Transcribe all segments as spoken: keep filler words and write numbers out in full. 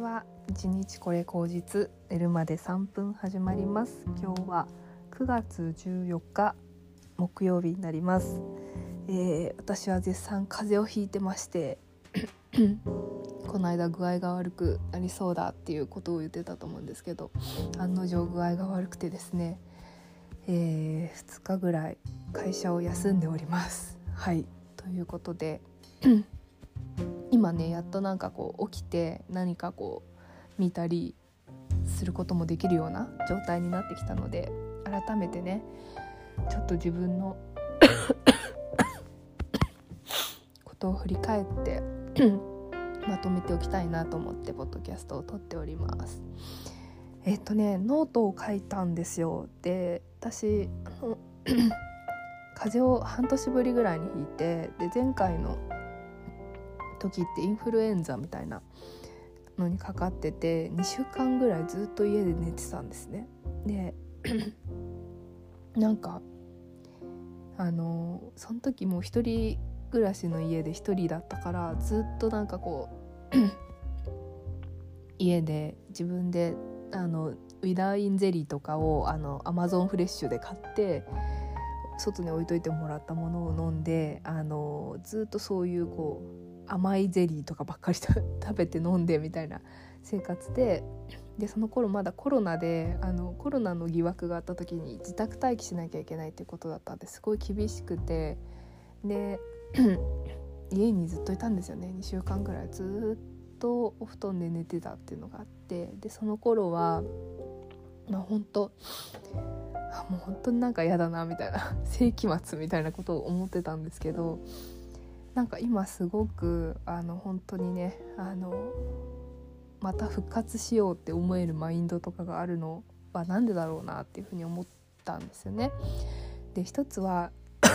は。一日これ口実、寝るまでさんぷん始まります。今日はくがつじゅうよっか木曜日になります。えー、私は絶賛風邪をひいてましてこの間具合が悪くなりそうだっていうことを言ってたと思うんですけど、案の定具合が悪くてですね、えー、ふつかぐらい会社を休んでおります。はい、ということで今ねやっとなんかこう起きて何かこう見たりすることもできるような状態になってきたので、改めてねちょっと自分のことを振り返ってまとめておきたいなと思ってポッドキャストを撮っております。えっとねノートを書いたんですよ。で私あの風邪を半年ぶりぐらいにひいて、で前回の時ってインフルエンザみたいなのにかかっててにしゅうかんぐらいずっと家で寝てたんですね。でなんかあのその時もう一人暮らしの家で一人だったから、ずっとなんかこう家で自分であのウィダーインゼリーとかをあのアマゾンフレッシュで買って外に置いといてもらったものを飲んで、あのずっとそういうこう甘いゼリーとかばっかり食べて飲んでみたいな生活で、でその頃まだコロナであのコロナの疑惑があった時に自宅待機しなきゃいけないっていうことだったんですごい厳しくて、で家にずっといたんですよね。にしゅうかんぐらいずっとお布団で寝てたっていうのがあって、でその頃はまあ本当もう本当になんか嫌だなみたいな世紀末みたいなことを思ってたんですけど、なんか今すごくあの本当にねあのまた復活しようって思えるマインドとかがあるのはなんでだろうなっていうふうに思ったんですよね。で一つは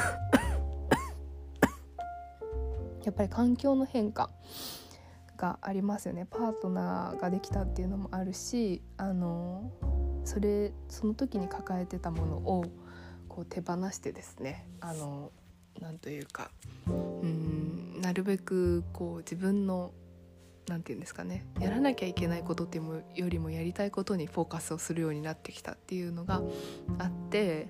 やっぱり環境の変化がありますよね。パートナーができたっていうのもあるし、あのそれその時に抱えてたものをこう手放してですね、あのなんというかうーんなるべくこう自分のなんていうんですかね、やらなきゃいけないことっていうよりもやりたいことにフォーカスをするようになってきたっていうのがあって、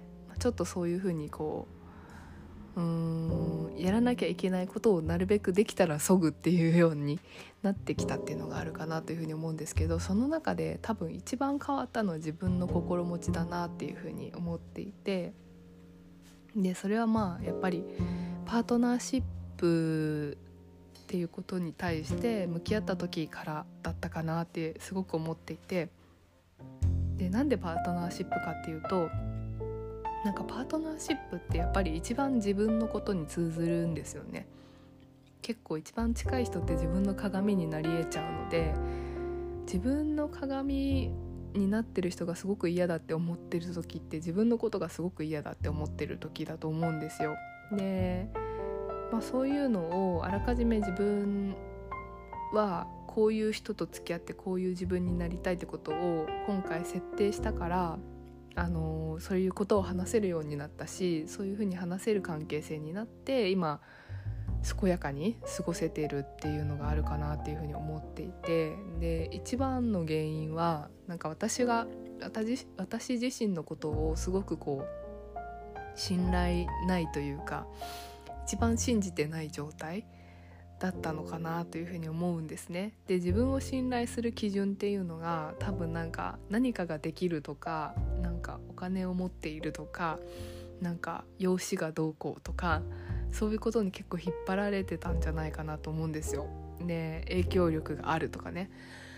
ちょっとそういうふうにこううーんやらなきゃいけないことをなるべくできたらそぐっていうようになってきたっていうのがあるかなというふうに思うんですけど、その中で多分一番変わったのは自分の心持ちだなっていうふうに思っていて、でそれはまあやっぱりパートナーシップっていうことに対して向き合った時からだったかなってすごく思っていて、でなんでパートナーシップかっていうと、なんかパートナーシップってやっぱり一番自分のことに通ずるんですよね。結構一番近い人って自分の鏡になり得ちゃうので、自分の鏡になってる人がすごく嫌だって思ってる時って自分のことがすごく嫌だって思ってる時だと思うんですよ。でまあ、そういうのをあらかじめ自分はこういう人と付き合ってこういう自分になりたいってことを今回設定したから、あのー、そういうことを話せるようになったし、そういうふうに話せる関係性になって今健やかに過ごせているっていうのがあるかなっていうふうに思っていて、で一番の原因はなんか私が私、私自身のことをすごくこう信頼ないというか一番信じてない状態だったのかなというふうに思うんですね。で自分を信頼する基準っていうのが多分なんか何かができるとか、なんかお金を持っているとか、なんか容姿がどうこうとか、そういうことに結構引っ張られてたんじゃないかなと思うんですよ。で影響力があるとかね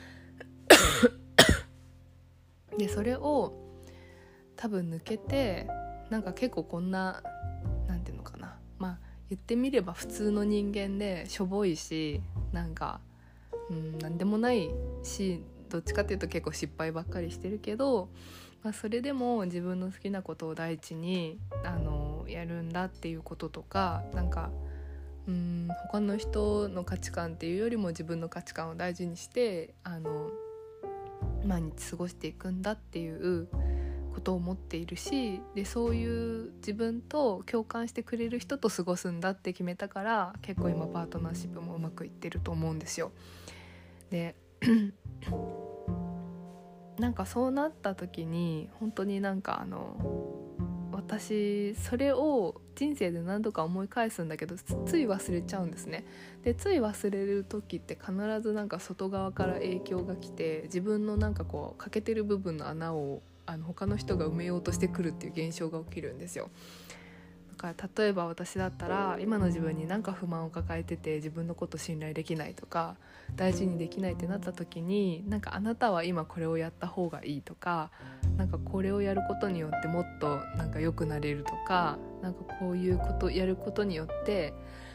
でそれを多分抜けて、なんか結構こんななんていうのかな、まあ言ってみれば普通の人間でしょぼいし、なんかうんなんでもないし、どっちかっていうと結構失敗ばっかりしてるけど、まあ、それでも自分の好きなことを第一にあのやるんだっていうこととか、なんかうん他の人の価値観っていうよりも自分の価値観を大事にしてあの毎日過ごしていくんだっていうことを思っているし、でそういう自分と共感してくれる人と過ごすんだって決めたから、結構今パートナーシップもうまくいってると思うんですよ。でなんかそうなった時に本当になんかあの私それを人生で何度か思い返すんだけどつい忘れちゃうんですね。でつい忘れる時って必ずなんか外側から影響が来て、自分のなんかこう欠けてる部分の穴をあの他の人が埋めようとしてくるっていう現象が起きるんですよ。だから例えば私だったら今の自分に何か不満を抱えてて、自分のこと信頼できないとか大事にできないってなった時に、なんかあなたは今これをやった方がいいとか、なんかこれをやることによってもっとなんか良くなれるとか、なんかこういうことをやることによって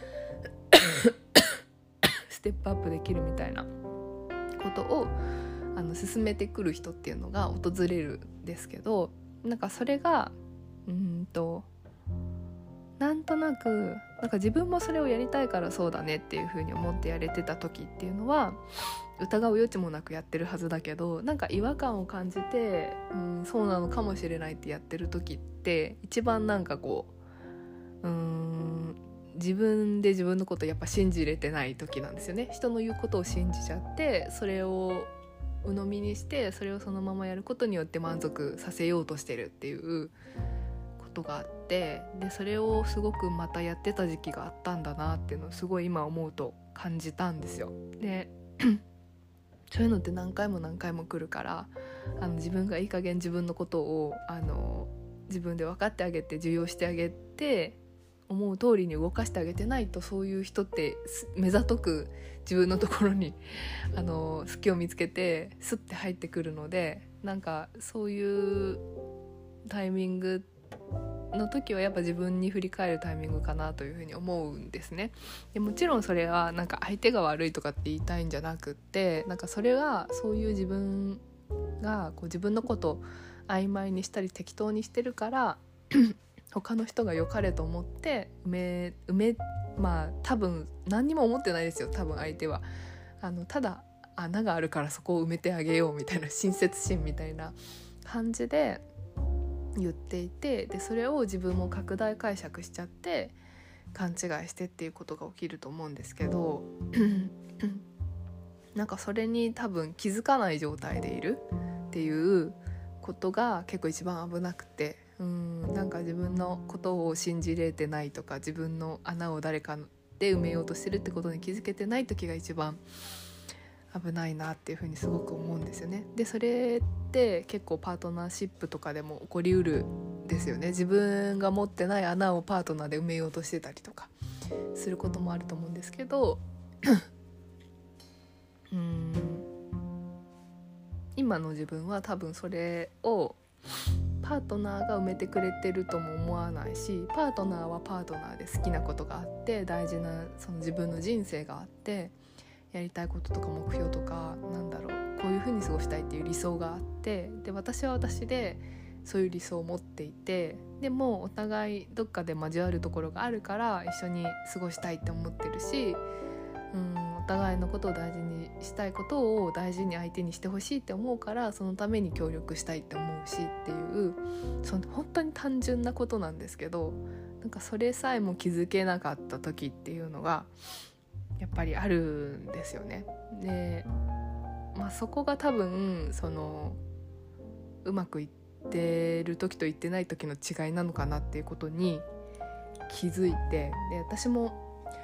ステップアップできるみたいなことをあの進めてくる人っていうのが訪れるんですけど、なんかそれがうーんとなんとなくなんか自分もそれをやりたいからそうだねっていう風に思ってやれてた時っていうのは疑う余地もなくやってるはずだけど、なんか違和感を感じて、うん、そうなのかもしれないってやってる時って一番なんかこう、うーん自分で自分のことやっぱ信じれてない時なんですよね。人の言うことを信じちゃってそれを鵜呑みにしてそれをそのままやることによって満足させようとしてるっていうことがあって、でそれをすごくまたやってた時期があったんだなっていうのをすごい今思うと感じたんですよ。でそういうのって何回も何回も来るから、あの自分がいい加減自分のことをあの自分で分かってあげて受容してあげて思う通りに動かしてあげてないと、そういう人って目ざとく自分のところにあの隙を見つけてスッて入ってくるので、なんかそういうタイミングの時はやっぱ自分に振り返るタイミングかなというふうに思うんですね。でもちろんそれはなんか相手が悪いとかって言いたいんじゃなくって、なんかそれはそういう自分がこう自分のことを曖昧にしたり適当にしてるから他の人が良かれと思って埋め埋めまあ多分何にも思ってないですよ。多分相手はあのただ穴があるからそこを埋めてあげようみたいな親切心みたいな感じで言っていて、でそれを自分も拡大解釈しちゃって勘違いしてっていうことが起きると思うんですけどなんかそれに多分気づかない状態でいるっていうことが結構一番危なくて、うーんなんか自分のことを信じれてないとか、自分の穴を誰かで埋めようとしてるってことに気づけてない時が一番危ないなっていうふうにすごく思うんですよね。でそれって結構パートナーシップとかでも起こりうるんですよね。自分が持ってない穴をパートナーで埋めようとしてたりとかすることもあると思うんですけどうーん今の自分は多分それをパートナーが埋めてくれてるとも思わないし、パートナーはパートナーで好きなことがあって大事なその自分の人生があってやりたいこととか目標とかなんだろうこういう風に過ごしたいっていう理想があって、で私は私でそういう理想を持っていて、でもお互いどっかで交わるところがあるから一緒に過ごしたいって思ってるし、うんお互いのことを大事にしたいことを大事に相手にしてほしいって思うから、そのために協力したいって思うしっていうその本当に単純なことなんですけど、なんかそれさえも気づけなかった時っていうのがやっぱりあるんですよね。で、まあ、そこが多分そのうまくいってる時といってない時の違いなのかなっていうことに気づいて、で私も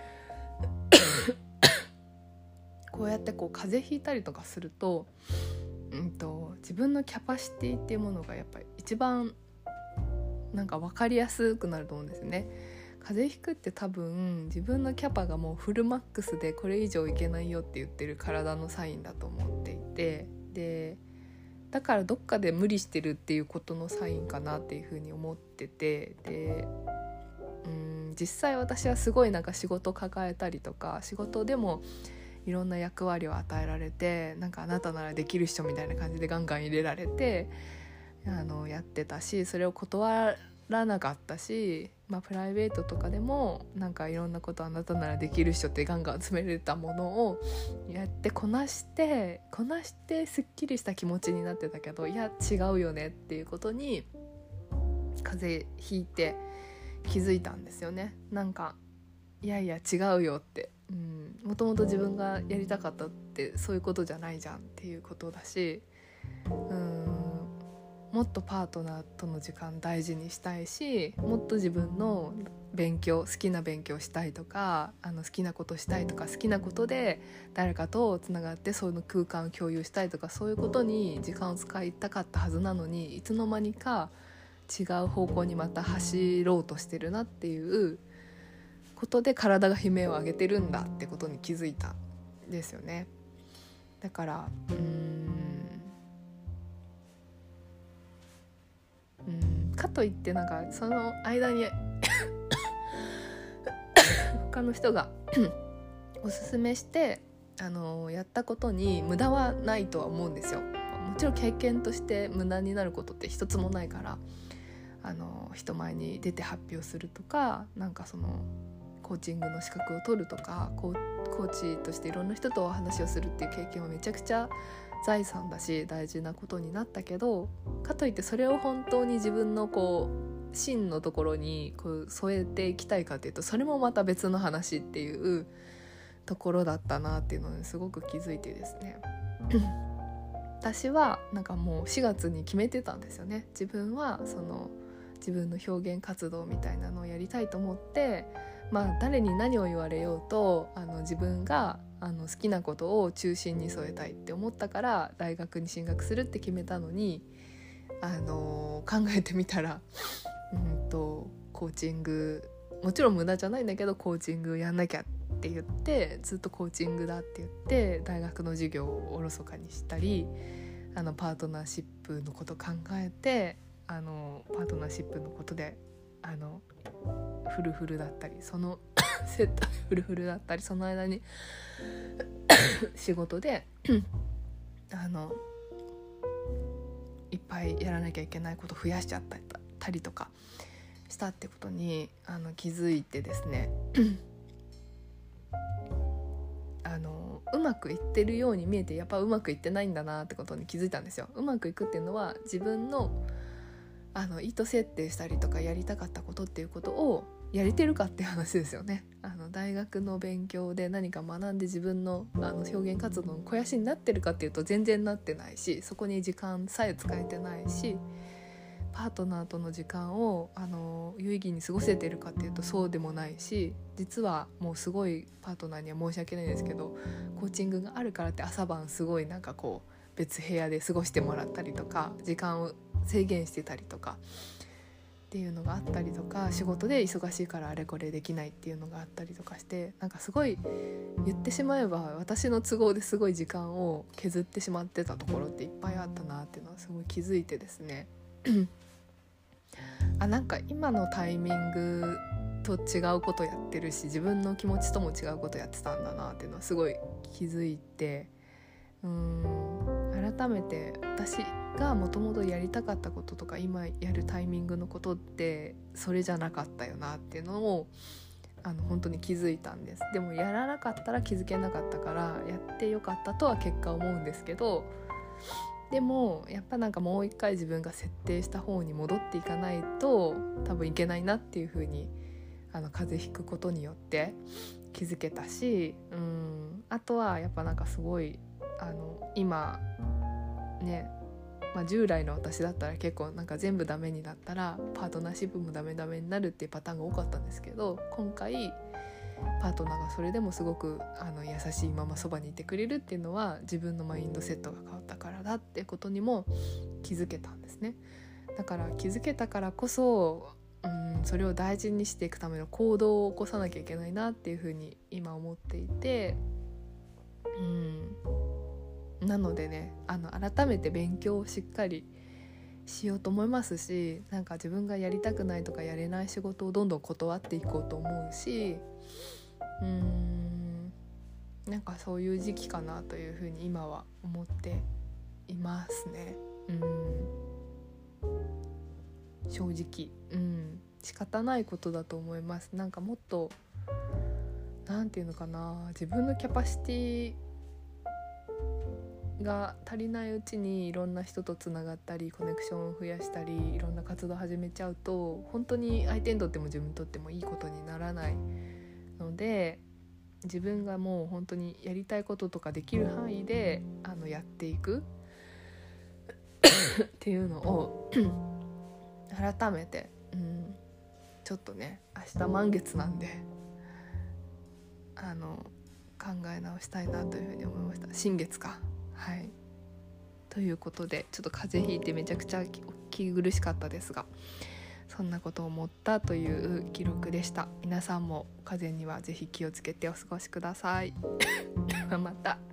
こうやってこう風邪ひいたりとかすると、うんと自分のキャパシティっていうものがやっぱり一番なんか分かりやすくなると思うんですよね。風邪ひくって多分自分のキャパがもうフルマックスでこれ以上いけないよって言ってる体のサインだと思っていて、でだからどっかで無理してるっていうことのサインかなっていうふうに思ってて、でうん実際私はすごいなんか仕事抱えたりとか仕事でもいろんな役割を与えられて、なんかあなたならできる人みたいな感じでガンガン入れられてあのやってたし、それを断らなかったし、まあ、プライベートとかでもなんかいろんなことあなたならできる人ってガンガン集めれたものをやってこなしてこなしてすっきりした気持ちになってたけど、いや違うよねっていうことに風邪ひいて気づいたんですよね。なんかいやいや違うよって、 うん、もともと自分がやりたかったってそういうことじゃないじゃんっていうことだし、うん、もっとパートナーとの時間大事にしたいし、もっと自分の勉強好きな勉強したいとか、あの好きなことしたいとか、好きなことで誰かとつながってその空間を共有したいとか、そういうことに時間を使いたかったはずなのに、いつの間にか違う方向にまた走ろうとしてるなっていうことで、体が悲鳴を上げてるんだってことに気づいたんですよね。だからうーんうんかといってなんかその間に他の人がおすすめしてあのやったことに無駄はないとは思うんですよ。もちろん経験として無駄になることって一つもないから、あの人前に出て発表するとか、なんかそのコーチングの資格を取るとか、コー、コーチとしていろんな人とお話をするっていう経験はめちゃくちゃ財産だし大事なことになったけど、かといってそれを本当に自分のこう真のところにこう添えていきたいかというと、それもまた別の話っていうところだったなっていうのにすごく気づいてですね私はなんかもうしがつに決めてたんですよね。自分はその自分の表現活動みたいなのをやりたいと思って、まあ誰に何を言われようとあの自分があの好きなことを中心に添えたいって思ったから大学に進学するって決めたのに、あの考えてみたらうんとコーチング、もちろん無駄じゃないんだけどコーチングやんなきゃって言ってずっとコーチングだって言って大学の授業をおろそかにしたり、あのパートナーシップのこと考えて、あのパートナーシップのことであのフルフルだったりそのセットフルフルだったりその間に仕事であのいっぱいやらなきゃいけないこと増やしちゃったりとかしたってことにあの気づいてですねあのうまくいってるように見えてやっぱうまくいってないんだなってことに気づいたんですよ。うまくいくっていうのは自分のあの意図設定したりとかやりたかったことっていうことをやれてるかっていう話ですよね。あの大学の勉強で何か学んで自分のあの表現活動の肥やしになってるかっていうと全然なってないし、そこに時間さえ使えてないし、パートナーとの時間をあの有意義に過ごせてるかっていうとそうでもないし、実はもうすごいパートナーには申し訳ないですけどコーチングがあるからって朝晩すごいなんかこう別部屋で過ごしてもらったりとか時間を制限してたりとかっていうのがあったりとか、仕事で忙しいからあれこれできないっていうのがあったりとかして、なんかすごい言ってしまえば私の都合ですごい時間を削ってしまってたところっていっぱいあったなっていうのはすごい気づいてですねあ、なんか今のタイミングと違うことやってるし自分の気持ちとも違うことやってたんだなっていうのはすごい気づいて、うーん改めて私がもともとやりたかったこととか今やるタイミングのことってそれじゃなかったよなっていうのをあの本当に気づいたんです。でもやらなかったら気づけなかったからやってよかったとは結果思うんですけど、でもやっぱなんかもう一回自分が設定した方に戻っていかないと多分いけないなっていう風にあの風邪ひくことによって気づけたし、うん、あとはやっぱなんかすごいあの今ね、まあ、従来の私だったら結構なんか全部ダメになったらパートナーシップもダメダメになるっていうパターンが多かったんですけど、今回パートナーがそれでもすごくあの優しいままそばにいてくれるっていうのは自分のマインドセットが変わったからだってことにも気づけたんですね。だから気づけたからこそ、うん、それを大事にしていくための行動を起こさなきゃいけないなっていうふうに今思っていて、うん、なのでねあの改めて勉強をしっかりしようと思いますし、なんか自分がやりたくないとかやれない仕事をどんどん断っていこうと思うし、うーんなんかそういう時期かなというふうに今は思っていますね。うん正直、うん、仕方ないことだと思います。なんかもっとなんていうのかな、自分のキャパシティが足りないうちにいろんな人とつながったりコネクションを増やしたりいろんな活動を始めちゃうと本当に相手にとっても自分にとってもいいことにならないので、 自分がもう本当にやりたいこととかできる範囲であのやっていくっていうのを改めて、うん、ちょっとね明日満月なんであの考え直したいなというふうに思いました。新月か、はい。ということでちょっと風邪ひいてめちゃくちゃ気苦しかったですが、そんなことを思ったという記録でした。皆さんも風邪にはぜひ気をつけてお過ごしくださいまた。